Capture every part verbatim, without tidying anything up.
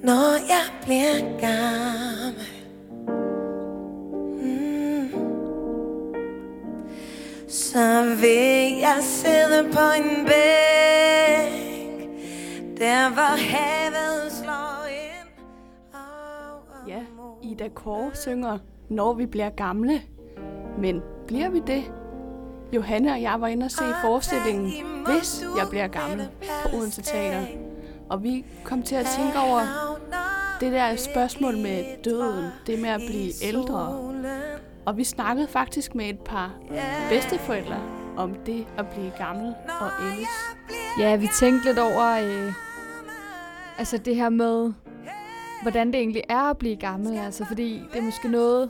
når jeg bliver gammel. Mm. Så vil jeg sidde på en bænk, der hvor havet slår ind. Ja, Ida Kåre synger, når vi bliver gamle. Men bliver vi det? Johanne og jeg var inde og se forestillingen, hvis jeg bliver gammel, på Odense Teater. Og vi kom til at tænke over det der spørgsmål med døden, det med at blive ældre. Og vi snakkede faktisk med et par bedsteforældre om det at blive gammel og ældes. Ja, vi tænkte lidt over øh, altså det her med, hvordan det egentlig er at blive gammel. Altså, fordi det er måske noget,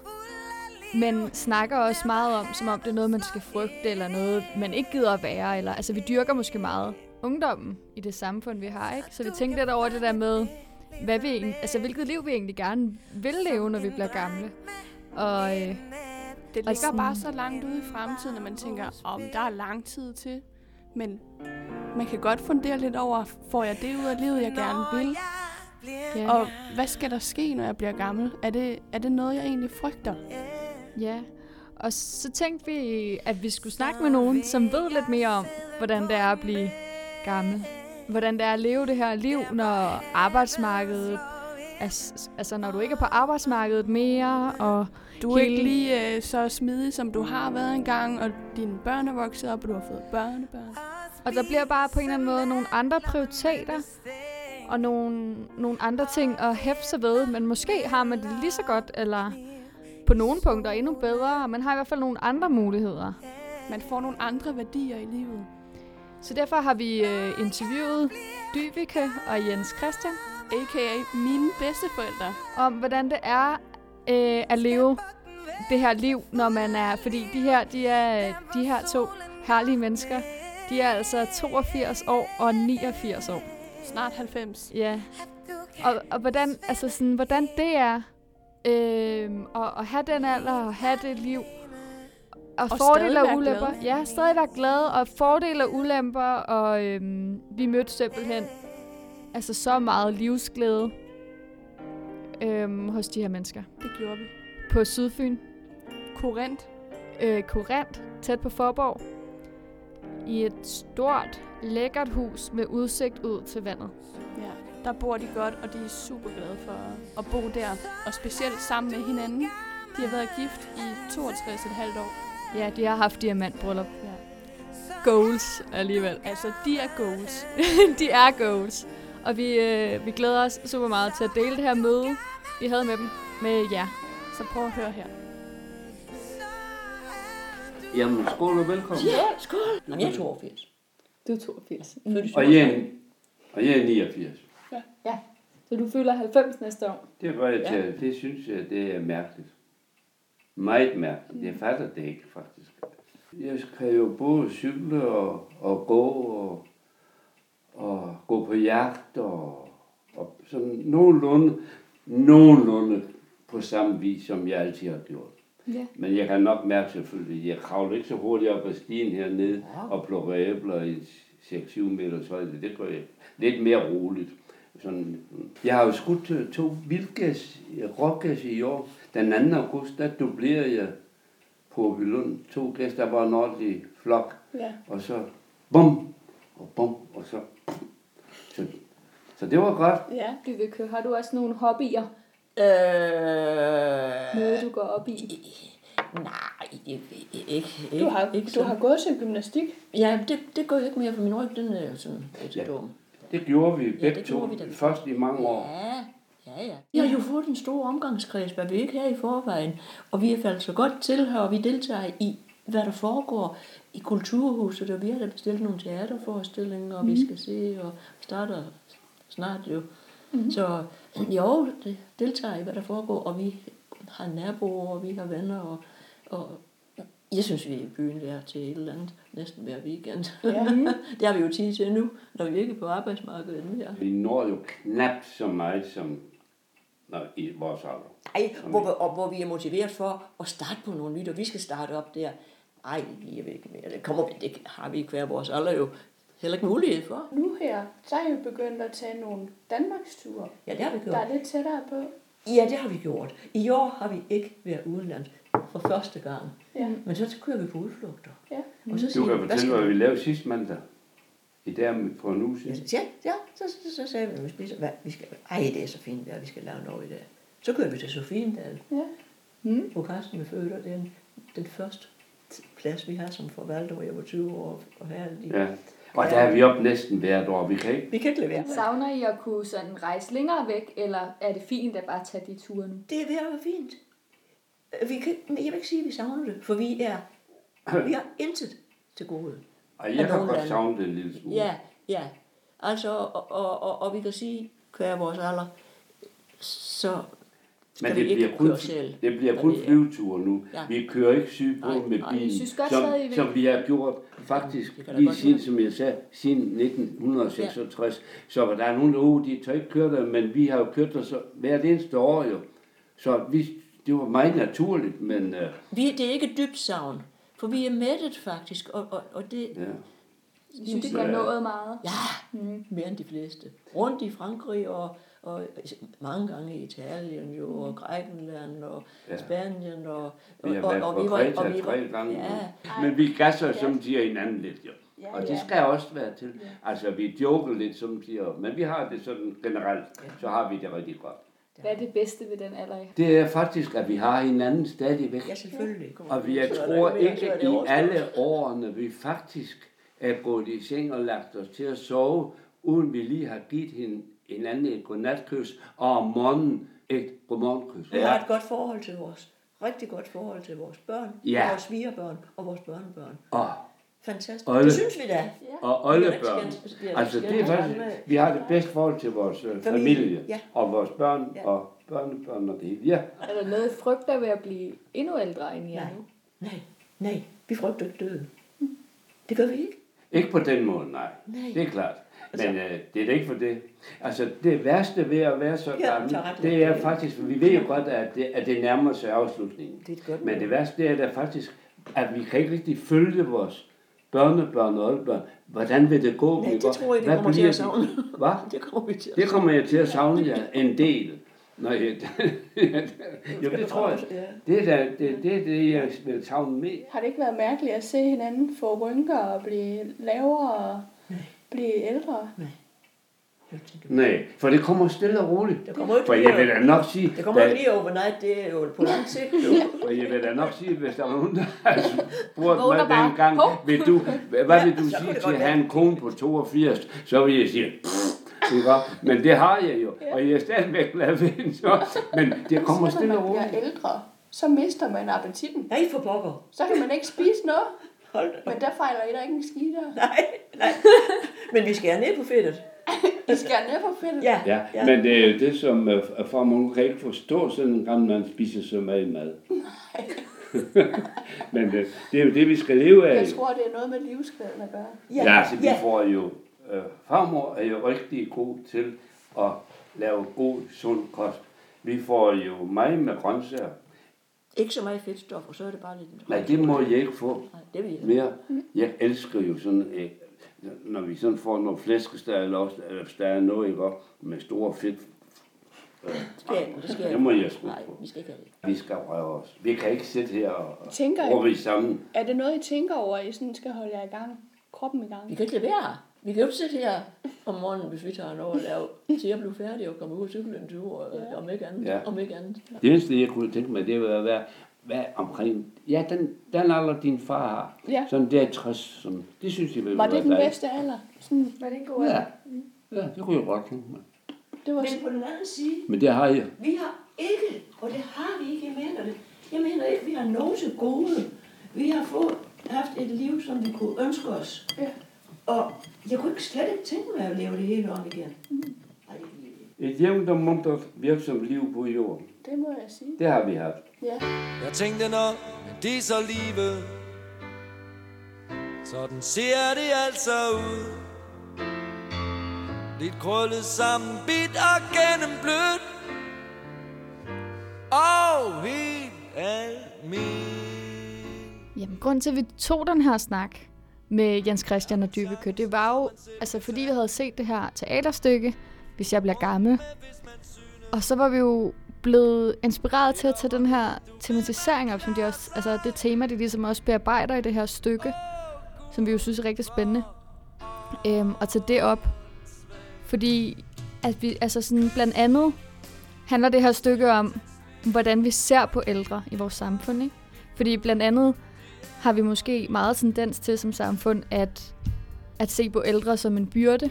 man snakker også meget om, som om det er noget, man skal frygte, eller noget, man ikke gider at være. Eller, altså, vi dyrker måske meget ungdommen i det samfund, vi har, ikke? Så vi tænkte lidt over det der med, hvad vi egentlig, altså, hvilket liv vi egentlig gerne vil leve, når vi bliver gamle. Og øh, det ligger sådan bare så langt ude i fremtiden, at man tænker, om der er lang tid til. Men man kan godt fundere lidt over, får jeg det ud af livet, jeg gerne vil? Ja. Og hvad skal der ske, når jeg bliver gammel? Er det, er det noget, jeg egentlig frygter? Ja, og så tænkte vi, at vi skulle snakke med nogen, som ved lidt mere om, hvordan det er at blive gammel. Hvordan det er at leve det her liv, når arbejdsmarkedet, altså, altså når du ikke er på arbejdsmarkedet mere, og du er hele... ikke lige øh, så smidig, som du har været engang, og dine børn er vokset op, og du har fået børnebørn. Og der bliver bare på en eller anden måde nogle andre prioriteter, og nogle, nogle andre ting at hæfte sig ved, men måske har man det lige så godt, eller på nogle punkter endnu bedre, og man har i hvert fald nogle andre muligheder. Man får nogle andre værdier i livet. Så derfor har vi øh, interviewet Dyvike og Jens Christian, a k a mine bedsteforældre, om hvordan det er øh, at leve det her liv, når man er, fordi de her, de er de her to herlige mennesker, de er altså toogfirs år og niogfirs år. Snart halvfems. Ja. Og, og hvordan, altså sådan, hvordan det er øh, at, at have den alder og have det liv. Og, og fordele og ulemper. Glad. Ja, stadig være glad. Og fordele og ulemper. Og øhm, vi mødte simpelthen altså så meget livsglæde øhm, hos de her mennesker. Det gjorde vi. På Sydfyn. Korrent. Øh, Korrent, tæt på Forborg. I et stort, lækkert hus med udsigt ud til vandet. Ja, der bor de godt, og de er super glade for at bo der. Og specielt sammen med hinanden. De har været gift i toogtres komma fem år. Ja, de har haft diamantbryllup. Ja. Goals alligevel. Altså, de er goals. De er goals. Og vi, øh, vi glæder os super meget til at dele det her møde, vi havde med dem, med jer. Så prøv at høre her. Jamen, skål og velkommen. Ja, skål. Nå, jeg er toogfirs. Du er toogfirs. Mm. Og, jeg er, og jeg er niogfirs. Ja. Ja. Så du fylder halvfems næste år? Det var jeg til. Ja. Det synes jeg, det er mærkeligt. Meget mærkeligt. Jeg fatter det ikke, faktisk. Jeg kan jo både cykle og, og gå og, og gå på jagt og, og sådan nogenlunde, nogenlunde på samme vis, som jeg altid har gjort. Ja. Men jeg kan nok mærke selvfølgelig, jeg kravler ikke så hurtigt op ad stien hernede ja. og plukker æbler i seks syv meters højde. Det gør jeg lidt mere roligt. Sådan. Jeg har jo skudt to vildgas, rågas i år. Den anden august, der dublerede jeg på Villund. To gæs, der var en ordentlig flok. Ja. Og så bum, og bum, og så. Så, så det var godt. Ja, Dyvike, har du også nogle hobbyer? Øh... Noget, du går op i? Nej, ikke. ikke du har, ikke du har gået til gymnastik? Ja, det, det går jo ikke mere, for min ryg, den er jo sådan lidt ja. dum. Det gjorde vi begge ja, to, vi først i mange år. Ja, ja, ja. Vi har jo fået en stor omgangskreds, hvad vi ikke her i forvejen. Og vi er faldet så godt til her, og vi deltager i, hvad der foregår i Kulturhuset. Og vi har da bestilt nogle teaterforestillinger, og mm. vi skal se, og starter snart jo. Mm. Så jo, det deltager i, hvad der foregår, og vi har naboer, og vi har venner, og, og jeg synes, vi er i byen der til et eller andet, næsten hver weekend. Ja. Det har vi jo tid til nu, når vi ikke er på arbejdsmarkedet mere. Vi når jo knap så meget som når, i vores alder. Ej, hvor, og, hvor vi er motiveret for at starte på nogle nyt, og vi skal starte op der. Ej, jeg ved ikke mere. Det, kommer, det har vi ikke hver vores alder jo heller ikke mulighed for. Nu her, så er I jo begyndt at tage nogle Danmarksture, Ja, det har vi gjort. der er lidt tættere på. Ja, det har vi gjort. I år har vi ikke været udenlands for første gang. Ja. Men så kører vi på udflugter. Ja. Og så Du siger kan vi, hvad fortælle, skal hvad vi? vi lavede sidste mandag. I dag for en uge Ja, siden. ja, ja så, så, så sagde vi, at vi spiser, hvad, vi skal, ej, det er så fint vejr, vi skal lave noget i dag. Så kører vi til Sofiendal, Ja. Mm. hvor Karsten er født, og det er den, den første plads, vi har som forvalter, hvor jeg var tyve år, og her er de. Ja. Og der er vi op næsten hvert år. Vi kan ikke. Vi kan ikke levere. Savner I at kunne sådan rejse længere væk, eller er det fint at bare tage de ture nu? Det er ved at være fint. Vi kan, men jeg vil ikke sige, at vi savner det, for vi er, vi har intet til gode. Og jeg kan godt savne det en lille smule. Ja, ja. Altså, og, og, og, og vi kan sige, hver vores alder, så skal Men vi det ikke bliver kun, køre selv. det bliver kun flyveture nu. Ja. Vi kører ikke sydpå Nej, med nej. bilen, Jeg synes godt som, stadig, vi- som vi har gjort faktisk Det kan da lige godt siden, være. som jeg sagde, siden nitten seksogtres. Så var der er nogle uger, de tør ikke køre der, men vi har jo kørt der så hvert eneste år jo. Så vi, det var meget naturligt, men... Uh, Vi, det er ikke dybt savn, for vi er mættet faktisk, og, og, og det, ja. Jeg synes, I har nået meget. ja, mm. mere end de fleste. Rundt i Frankrig og, og mange gange i Italien jo, og Grækenland og Ja. Spanien og, Vi har og, været og, på vi var, Kreta og vi var, tre gange. ja, Men vi gasser som siger hinanden lidt, jo. Ja, Og det ja. skal også være til. Altså, vi joker lidt, som siger, men vi har det sådan generelt, så har vi det rigtig godt. Hvad er det bedste ved den alder, I har? Det er faktisk, at vi har hinanden stadigvæk. ja, selvfølgelig. Og vi, jeg Så er der tror ikke mere, ikke så er det i overstået. alle årene, vi faktisk er gået i seng og lagt os til at sove, uden vi lige har givet hende hinanden et godnatkys, og om morgenen et godmorgenkys. Vi har et godt forhold til vores, rigtig godt forhold til vores børn, Ja. vores svigerbørn og vores børnebørn. Og, Fantastisk. Olle. Det synes vi da. og Vi er oldebørn. ikke skændt- vi er Altså, ikke det er skændt faktisk, med- vi har det bedste forhold til vores øh, Familie, familie, ja. og vores børn, Ja. og børnebørn og det hele. Ja. Er der noget, I frygter ved at blive endnu ældre end I er Nej, nu? nej, nej. Vi frygter ikke døden. Det gør vi ikke. Ikke på den måde, nej. Nej. Det er klart. Altså- Men øh, det er da ikke for det. Altså, det værste ved at være så Ja, gammel, tager ret det lidt. er faktisk, vi ved jo godt, at det, at det nærmer sig afslutningen. Det er et godt Men det værste det er da faktisk, at vi kan ikke rigtig følge vores børnebørn og oldebørn. Hvordan vil det gå? Nej, med det hvor- tror jeg, vi hvad kommer til bliver at savne. de? Hvad? Det kommer vi til at Det kommer jeg til at savne jer en del. Nå, ja, jo, det tror jeg. Det er da, det, det, er det, jeg vil savne med. Har det ikke været mærkeligt at se hinanden få rynker og blive lavere og blive ældre? Jeg tænker, Nej, for det kommer stille og roligt. Der kommer ikke For lige jeg vil da over- nok sige, Det kommer da- ikke lige overnight, det er jo på lang sigt. Jo. for jeg vil da nok sige, hvis der var nogen, der havde spurgt Vågner mig bare. dengang, Hov. vil du, hvad Ja, vil du så kunne sige det til godt at have en kone på toogfirs? Så vil jeg sige, pff, ikke også? Men det har jeg jo, og jeg er stadigvæk glad ved hende, så. Men det kommer Så når stille og man roligt. bliver ældre, så mister man appetitten. Nej, for pokker. Så kan man ikke spise noget. Hold da. Men der fejler I der ikke en skide der. Nej, nej. Men vi skærer ned på fedtet. I skal ned på fedtet. Ja, Ja, ja. men det er jo det, som uh, farmor, hun kan ikke forstå, sådan en gammel mand spiser så meget mad. Men uh, det er jo det, vi skal leve af. Jeg jo. tror, det er noget med livsglæden at gøre. Ja, altså vi får jo, øh, farmor er jo rigtig god til at lave god, sund kost. Vi får jo meget med grøntsager. Ikke så meget fedtstoffer, så er det bare lidt... Nej, det må jeg ikke få Nej, det vil jeg. mere. Jeg elsker jo sådan, øh, når vi sådan får noget flæskesteg eller også, eller hvis der er noget, ikke, også, med store fedt. Øh, Det skal jeg, det skal jeg. det må jeg sgu Nej, på. vi skal ikke have det. Vi skal røre os. Vi kan ikke sidde her og Tænker I- råbe i sammen. Er det noget, I tænker over, at I sådan skal holde jer i gang? Kroppen i gang? Vi kan ikke lade være. Vi kan jo ikke sidde her om morgenen, hvis vi tager en over og lave, til at blive færdig og komme ud og cykle en tur, ja. om ikke andet. Ja. Om ikke andet. Det eneste, jeg kunne tænke mig, det var at være, være omkring, ja, den, den alder, din far har. Ja. Sådan der tres, som, det synes jeg ville Var det være den dejligt. bedste alder? Sådan, Var det en god Ja. alder? Ja, det kunne jeg godt tænke mig. det var Men sådan, på den anden side, Men det har jeg. vi har ikke, og det har vi ikke, jeg mener det, jeg mener ikke, vi har noget til gode. Vi har fået, haft et liv, som vi kunne ønske os. Ja. Og jeg kunne ikke slet ikke tænke mig at leve det hele om igen. Mm. Ej, det kan jeg ikke. Et jævnt og muntert virksomt liv på jorden. det må jeg sige. Det har vi haft. Ja. Jeg tænkte nok, men det er så livet. Sådan ser det altså ud. Lidt krøllet sammen, bit og gennemblødt. Og helt almin. Jamen, grunden til, at vi tog den her snak med Jens Christian og Dyveke, det var jo, altså fordi vi havde set det her teaterstykke, Hvis jeg bliver gammel, og så var vi jo blevet inspireret til at tage den her tematisering op, som de også, altså det tema, de ligesom også bearbejder i det her stykke, som vi jo synes er rigtig spændende, øhm, at tage det op, fordi at vi, altså sådan blandt andet handler det her stykke om, hvordan vi ser på ældre i vores samfund, ikke? Fordi blandt andet har vi måske meget tendens til som samfund at, at se på ældre som en byrde.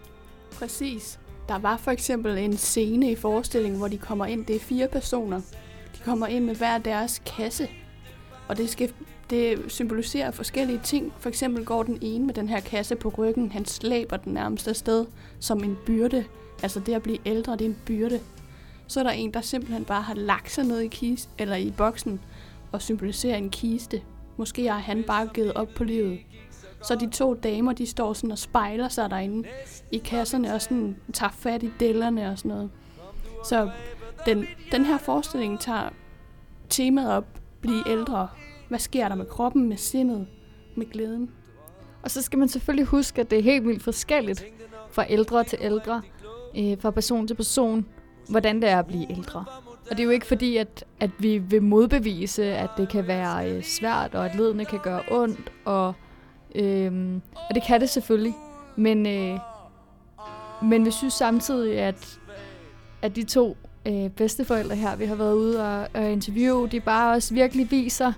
Præcis. Der var for eksempel en scene i forestillingen, hvor de kommer ind, det er fire personer. De kommer ind med hver deres kasse, og det, skal, det symboliserer forskellige ting. For eksempel går den ene med den her kasse på ryggen, han slæber den nærmest afsted som en byrde. Altså det at blive ældre, det er en byrde. Så er der en, der simpelthen bare har lagt sig ned i kiste, eller i boksen og symboliserer en kiste. Måske har han bare givet op på livet. Så de to damer, de står sådan og spejler sig derinde i kasserne og sådan tager fat i dellerne og sådan noget. Så den, den her forestilling tager temaet op, blive ældre. Hvad sker der med kroppen, med sindet, med glæden? Og så skal man selvfølgelig huske, at det er helt vildt forskelligt fra ældre til ældre, øh, fra person til person, hvordan det er at blive ældre. Og det er jo ikke fordi, at, at vi vil modbevise, at det kan være øh, svært, og at ledene kan gøre ondt, og, øh, og det kan det selvfølgelig. Men, øh, men vi synes samtidig, at, at de to øh, bedsteforældre her, vi har været ude og, og interviewe, de bare også virkelig viser,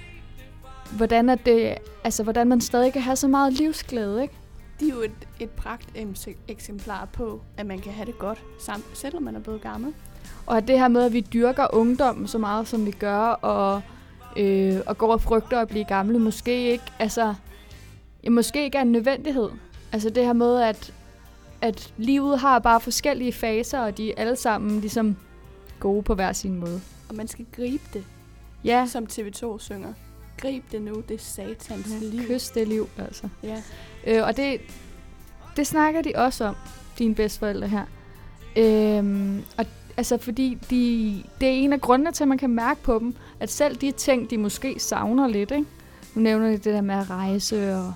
hvordan, at det, altså, hvordan man stadig kan have så meget livsglæde, ikke? De er jo et, et pragt eksemplar på, at man kan have det godt, sammen, selvom man er blevet gammel. Og at det her med, at vi dyrker ungdommen så meget, som vi gør, og, øh, og går og frygter at blive gamle, måske ikke, altså, ja, måske ikke er en nødvendighed. Altså det her med, at, at livet har bare forskellige faser, og de er alle sammen ligesom gode på hver sin måde. Og man skal gribe det, ja. Som T V to synger. Grib det nu, det er satans ja, liv. Kys det liv, altså. Ja. Øh, og det, det snakker de også om, dine bedsteforældre her. Øhm, og altså, fordi de, det er en af grundene til, at man kan mærke på dem, at selv de ting, de måske savner lidt, ikke? Nu nævner de det der med at rejse og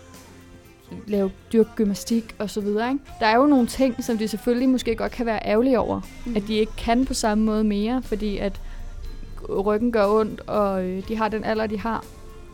lave dyrke gymnastik og så videre, ikke? Der er jo nogle ting, som de selvfølgelig måske godt kan være ærgerlige over, mm. at de ikke kan på samme måde mere, fordi at ryggen gør ondt, og øh, de har den alder, de har.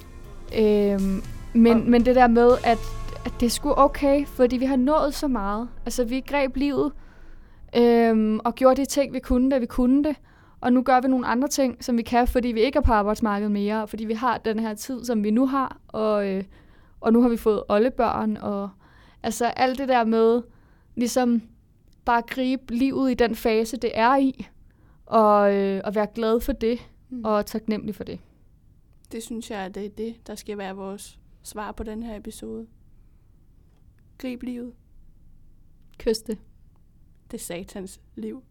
Øhm, men, og men det der med, at, at det er sgu okay, fordi vi har nået så meget. Altså, vi greb livet, øhm, og gjorde de ting, vi kunne, da vi kunne det. Og nu gør vi nogle andre ting, som vi kan, fordi vi ikke er på arbejdsmarkedet mere, og fordi vi har den her tid, som vi nu har, og, øh, og nu har vi fået oldebørn, og altså alt det der med, ligesom bare gribe livet i den fase, det er i, og, øh, og være glad for det, mm. og taknemmelig for det. Det synes jeg, at det er det, der skal være vores svar på den her episode. Grib livet. Kys det. Det er satans liv.